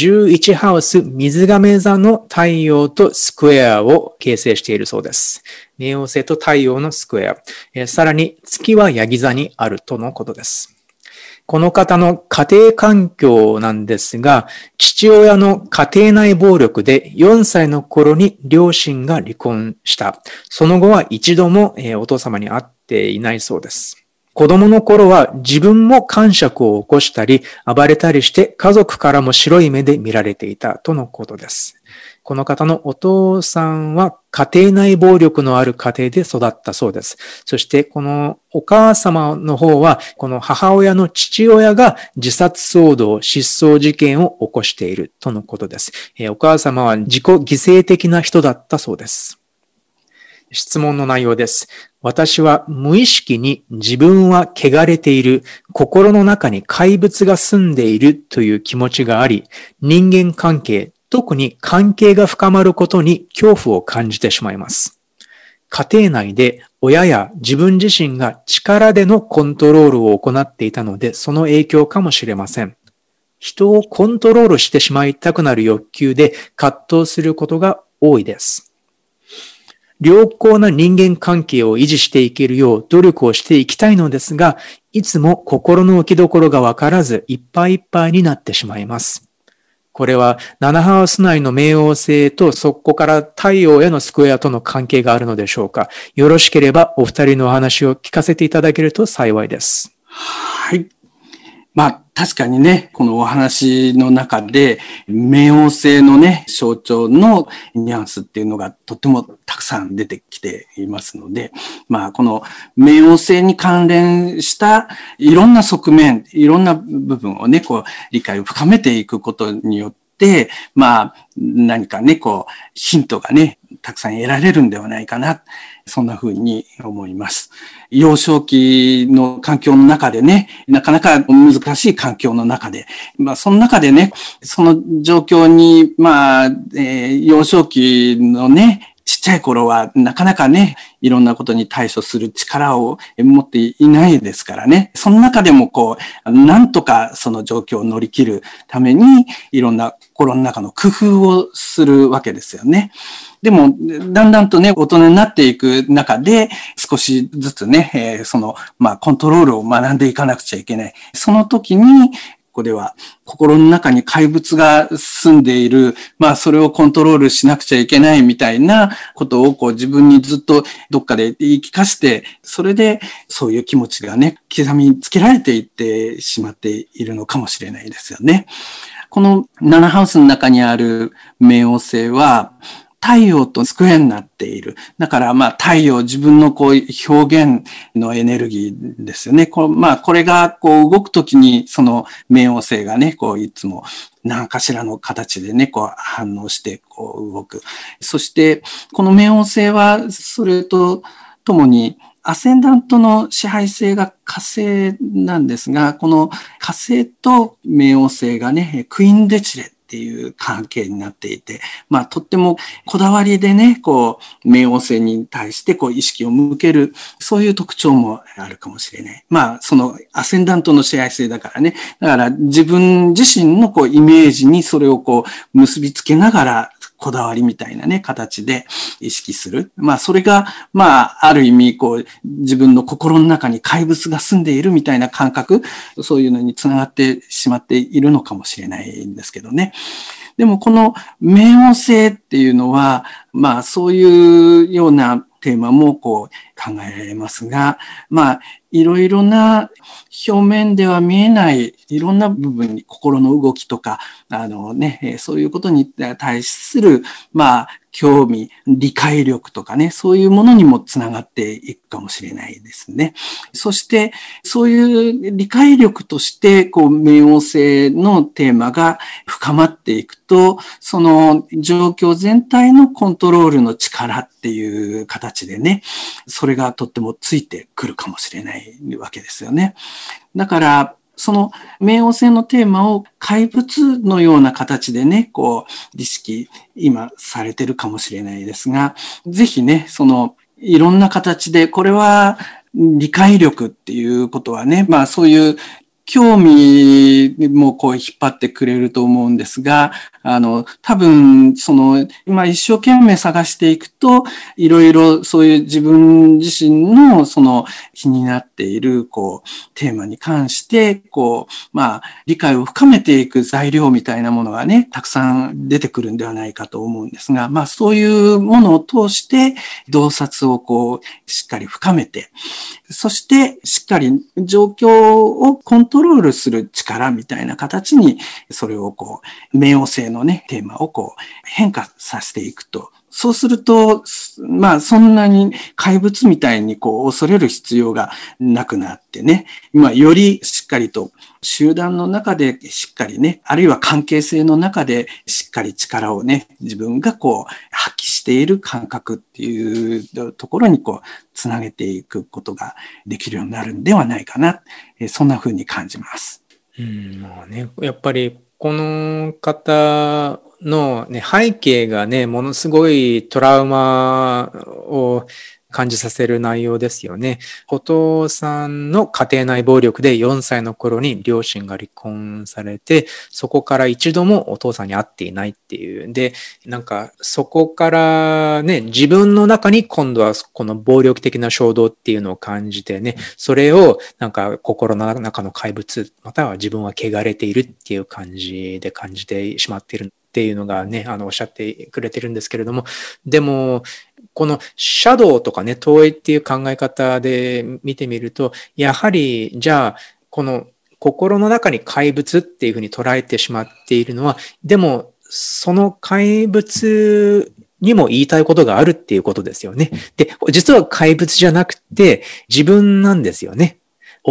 S1: 11ハウス水亀座の太陽とスクエアを形成しているそうです。冥王星と太陽のスクエア。さらに月はヤギ座にあるとのことです。この方の家庭環境なんですが、父親の家庭内暴力で4歳の頃に両親が離婚した。その後は一度もお父様に会っていないそうです。子供の頃は自分も癇癪を起こしたり暴れたりして家族からも白い目で見られていたとのことです。この方のお父さんは家庭内暴力のある家庭で育ったそうです。そしてこのお母様の方はこの母親の父親が自殺騒動、失踪事件を起こしているとのことです。お母様は自己犠牲的な人だったそうです。質問の内容です。私は無意識に自分は汚れている、心の中に怪物が住んでいるという気持ちがあり、人間関係、特に関係が深まることに恐怖を感じてしまいます。家庭内で親や自分自身が力でのコントロールを行っていたので、その影響かもしれません。人をコントロールしてしまいたくなる欲求で葛藤することが多いです。良好な人間関係を維持していけるよう努力をしていきたいのですが、いつも心の置きどころがわからずいっぱいいっぱいになってしまいます。これは7ハウス内の冥王星とそこから太陽へのスクエアとの関係があるのでしょうか。よろしければお二人のお話を聞かせていただけると幸いです。
S2: はい。確かにね、このお話の中で、冥王星のね、象徴のニュアンスっていうのがとてもたくさん出てきていますので、この冥王星に関連したいろんな側面、いろんな部分をね、理解を深めていくことによって、何かね、ヒントがね、 たくさん得られるんではないかな。そんな風に思います。幼少期の環境の中でね、なかなか難しい環境の中で、その中でね、その状況に、幼少期のね、ちっちゃい頃はなかなかね、いろんなことに対処する力を持っていないですからね。その中でもなんとかその状況を乗り切るために、いろんな心の中の工夫をするわけですよね。でも、だんだんとね、大人になっていく中で、少しずつね、コントロールを学んでいかなくちゃいけない。その時に、ここでは、心の中に怪物が住んでいる、それをコントロールしなくちゃいけないみたいなことを自分にずっとどっかで言い聞かして、それでそういう気持ちがね、刻みつけられていってしまっているのかもしれないですよね。この7ハウスの中にある冥王星は、太陽とスクエアになっている。だから太陽、自分の表現のエネルギーですよね。これが動くときにその冥王星がね、いつも何かしらの形でね、反応して動く。そしてこの冥王星はそれとともにアセンダントの支配性が火星なんですが、この火星と冥王星がね、クイーンデチレっていう関係になっていて、とってもこだわりでね、冥王星に対して意識を向ける、そういう特徴もあるかもしれない。そのアセンダントの支配性だからね、だから自分自身のイメージにそれを結びつけながら、こだわりみたいなね、形で意識する。それが、ある意味、自分の心の中に怪物が住んでいるみたいな感覚、そういうのにつながってしまっているのかもしれないんですけどね。でも、この冥王星っていうのは、そういうようなテーマも考えられますが、いろいろな表面では見えないいろんな部分に心の動きとか、そういうことに対する、興味、理解力とかね、そういうものにもつながっていくかもしれないですね。そして、そういう理解力として、冥王星のテーマが深まっていくと、その状況全体のコントロールの力っていう形でね、それがとってもついてくるかもしれないわけですよね。だから、その冥王星のテーマを怪物のような形でね、意識今されてるかもしれないですが、ぜひね、いろんな形で、これは理解力っていうことはね、そういう興味も引っ張ってくれると思うんですが、多分、今一生懸命探していくと、いろいろそういう自分自身の気になっている、テーマに関して、理解を深めていく材料みたいなものがね、たくさん出てくるんではないかと思うんですが、そういうものを通して、洞察をしっかり深めて、そしてしっかり状況をコントロールする力みたいな形に、それを冥王星のね、テーマを変化させていくと。そうすると、そんなに怪物みたいに恐れる必要がなくなってね、よりしっかりと集団の中でしっかりね、あるいは関係性の中でしっかり力をね、自分が発揮している感覚っていうところにつなげていくことができるようになるんではないかな。そんな風に感じます。
S1: やっぱりこの方の、背景がね、ものすごいトラウマを感じさせる内容ですよね。お父さんの家庭内暴力で4歳の頃に両親が離婚されて、そこから一度もお父さんに会っていないっていう。で、そこからね、自分の中に今度はこの暴力的な衝動っていうのを感じてね、それを心の中の怪物、または自分は汚れているっていう感じで感じてしまっているっていうのがね、おっしゃってくれてるんですけれども、でも、このシャドウとかね、投影っていう考え方で見てみると、やはり、じゃあ、この心の中に怪物っていうふうに捉えてしまっているのは、でも、その怪物にも言いたいことがあるっていうことですよね。で、実は怪物じゃなくて、自分なんですよね。怒っ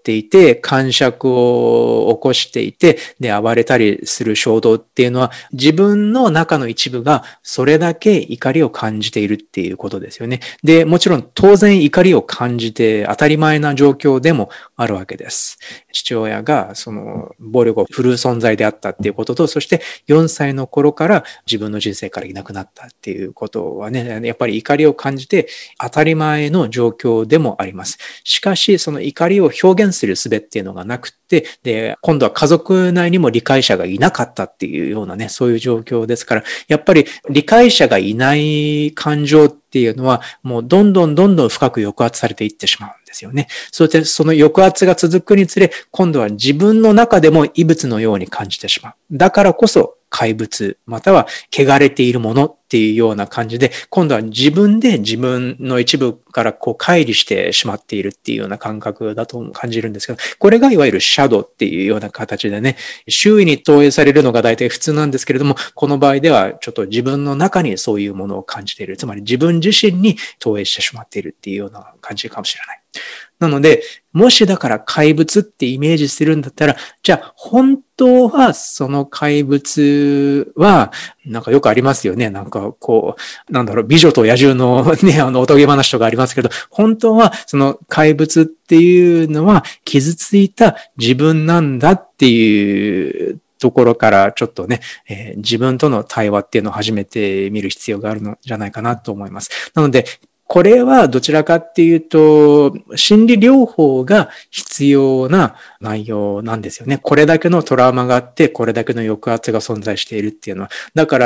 S1: っていて、癇癪を起こしていて、で、暴れたりする衝動っていうのは、自分の中の一部がそれだけ怒りを感じているっていうことですよね。で、もちろん当然怒りを感じて当たり前な状況でもあるわけです。父親がその暴力を振るう存在であったっていうことと、そして4歳の頃から自分の人生からいなくなったっていうことはね、やっぱり怒りを感じて当たり前の状況でもあります。しかし、その怒りを表現する術っていうのがなくて、で、今度は家族内にも理解者がいなかったっていうようなね、そういう状況ですから、やっぱり理解者がいない感情っていうのは、もうどんどん深く抑圧されていってしまうんですよね。そしてその抑圧が続くにつれ、今度は自分の中でも異物のように感じてしまう。だからこそ怪物、または汚れているものっていうような感じで、今度は自分で自分の一部からこう乖離してしまっているっていうような感覚だと感じるんですけど、これがいわゆるシャドウっていうような形でね、周囲に投影されるのが大体普通なんですけれども、この場合ではちょっと自分の中にそういうものを感じている。つまり自分自身に投影してしまっているっていうような感じかもしれない。なので、もしだから怪物ってイメージするんだったら、じゃあ本当はその怪物は、なんかよくありますよね。なんかこう、なんだろう、美女と野獣のね、おとぎ話とかありますけど、本当はその怪物っていうのは傷ついた自分なんだっていうところからちょっとね、自分との対話っていうのを初めて見る必要があるのじゃないかなと思います。なので、これはどちらかっていうと、心理療法が必要な内容なんですよね。これだけのトラウマがあって、これだけの抑圧が存在しているっていうのは。だから、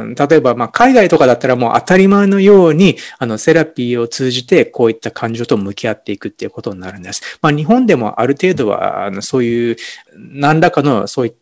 S1: 例えば、海外とかだったらもう当たり前のように、セラピーを通じてこういった感情と向き合っていくっていうことになるんです。日本でもある程度は、そういう、何らかのそういった、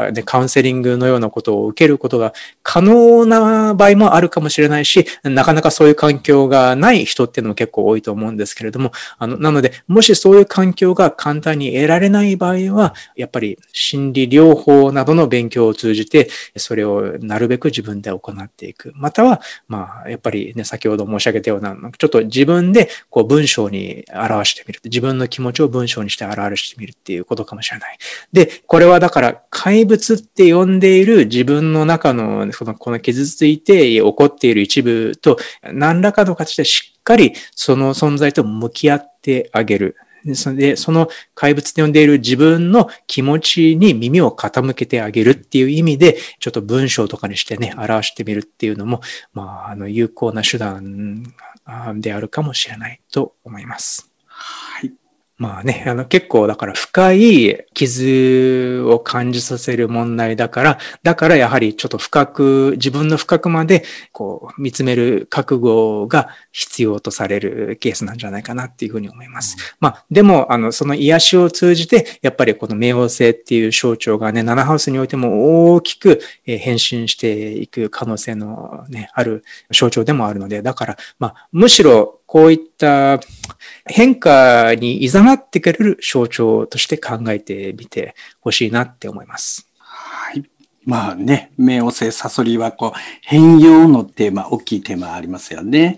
S1: ね、カウンセリングのようなことを受けることが可能な場合もあるかもしれないし、なかなかそういう環境がない人っていうのも結構多いと思うんですけれども、なので、もしそういう環境が簡単に得られない場合は、やっぱり心理療法などの勉強を通じて、それをなるべく自分で行っていく。または、やっぱりね、先ほど申し上げたような、ちょっと自分でこう文章に表してみる。自分の気持ちを文章にして表してみるっていうことかもしれない。で、これはだから怪物って呼んでいる自分の中のこの傷ついて起こっている一部と何らかの形でしっかりその存在と向き合ってあげる。で、その怪物と呼んでいる自分の気持ちに耳を傾けてあげるっていう意味で、ちょっと文章とかにしてね、表してみるっていうのも、有効な手段であるかもしれないと思います。
S2: はい。
S1: 結構だから深い傷を感じさせる問題だからやはりちょっと自分の深くまでこう見つめる覚悟が必要とされるケースなんじゃないかなっていうふうに思います。でも、その癒しを通じて、やっぱりこの冥王星っていう象徴がね、7ハウスにおいても大きく変身していく可能性のね、ある象徴でもあるので、だから、むしろこういった変化に誘ってくれる象徴として考えてみてほしいなって思います。
S2: はい。冥王星サソリはこう変容のテーマ、大きいテーマありますよね。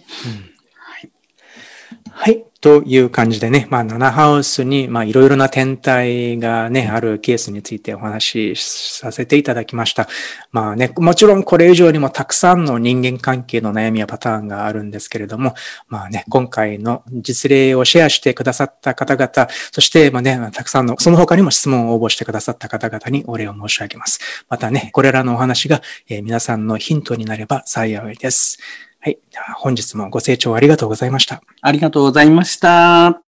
S1: はい。という感じでね、7ハウスに、いろいろな天体がね、あるケースについてお話しさせていただきました。もちろんこれ以上にもたくさんの人間関係の悩みやパターンがあるんですけれども、今回の実例をシェアしてくださった方々、そしてたくさんの、その他にも質問を応募してくださった方々にお礼を申し上げます。またね、これらのお話が、皆さんのヒントになれば幸いです。はい。では本日もご清聴ありがとうございました。
S2: ありがとうございました。